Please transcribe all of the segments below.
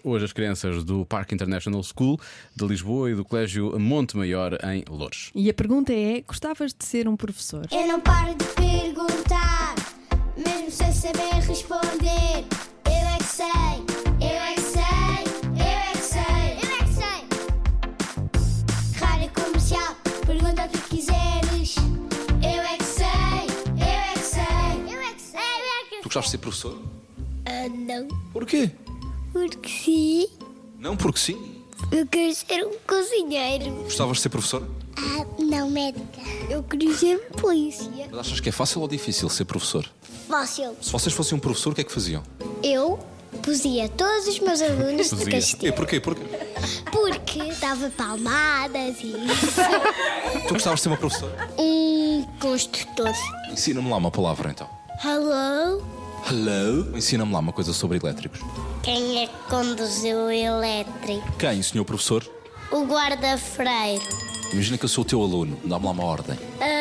hoje as crianças do Parque International School de Lisboa e do Colégio Monte Maior em Loures. E a pergunta é: gostavas de ser um professor? Eu não paro de perguntar, mesmo sem saber responder. Eu é que sei, eu é que sei, eu é que sei, eu é que sei. Rádio Comercial, pergunta o que quiseres. Eu é que sei, eu é que sei, eu é que sei, eu é que Tu gostavas de ser professor? não. Porquê? Porque sim, Não, porque sim. eu quero ser um cozinheiro. Gostavas de ser professor? Não, médica. Eu queria ser polícia. Mas achas que é fácil ou difícil ser professor? Fácil. Se vocês fossem um professor, o que é que faziam? Eu pusia todos os meus alunos de Posia. E castigo. porquê? Porquê? Porque dava palmadas e Tu gostavas de ser uma professora? um construtor. Ensina-me lá uma palavra então. Hello? Hello? Ensina-me lá uma coisa sobre elétricos. Quem é que conduziu o elétrico? Quem, senhor professor? O guarda-freiro. Imagina que eu sou o teu aluno. Dá-me lá uma ordem.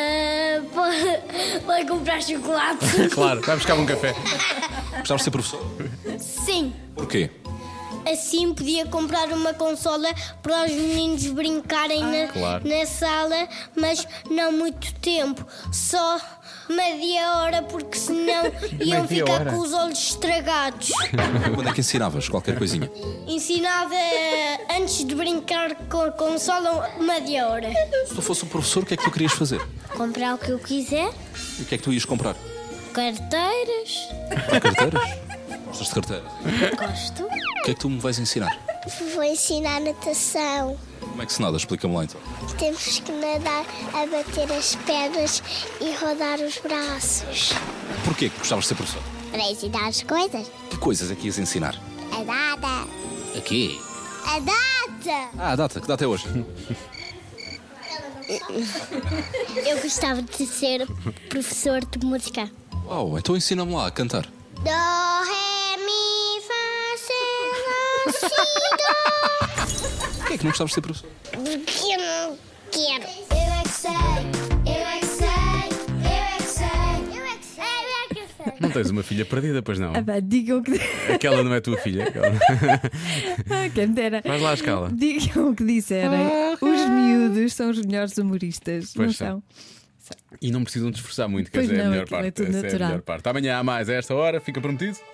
Vai comprar chocolate? Claro, vai buscar um café. Gostavas de ser professor? Sim. Porquê? Assim podia comprar uma consola para os meninos brincarem Claro. na sala, mas não muito tempo, só meia hora, porque senão iam Meia ficar hora? com os olhos estragados. Quando é que ensinavas qualquer coisinha? Ensinava antes de brincar com a consola meia hora. Se tu fosse um professor, o que é que tu querias fazer? Comprar o que eu quiser, E o que é que tu ias comprar? carteiras, Carteiras? Gostas de carteiras? gosto. O que é que tu me vais ensinar? Vou ensinar natação. Como é que se nada? Explica-me lá então. Temos que nadar, a bater as pernas e rodar os braços. Porquê que gostavas de ser professor? Para ensinar as coisas. Que coisas é que ias ensinar? A data. Aqui. A data! Ah, a data. Que data é hoje? Eu gostava de ser professor de música. Uau, então ensina-me lá a cantar. Do, ré, mi, fá, sol, lá, si, do. Porquê é que não gostavas de ser professor? Porque eu não quero. Eu é que sei, eu é que sei, eu é que sei, eu é que sei, eu é que sei. Não tens uma filha perdida, pois não? Digam que. Aquela não é tua filha. Quem me dera. Vais lá à escala. Digam o que disserem. Os miúdos são os melhores humoristas. Pois não são. são? E não precisam de esforçar muito, que Pois essa é a não, melhor aquilo é parte. tudo Essa é a natural. melhor parte. Amanhã há mais a esta hora, fica prometido?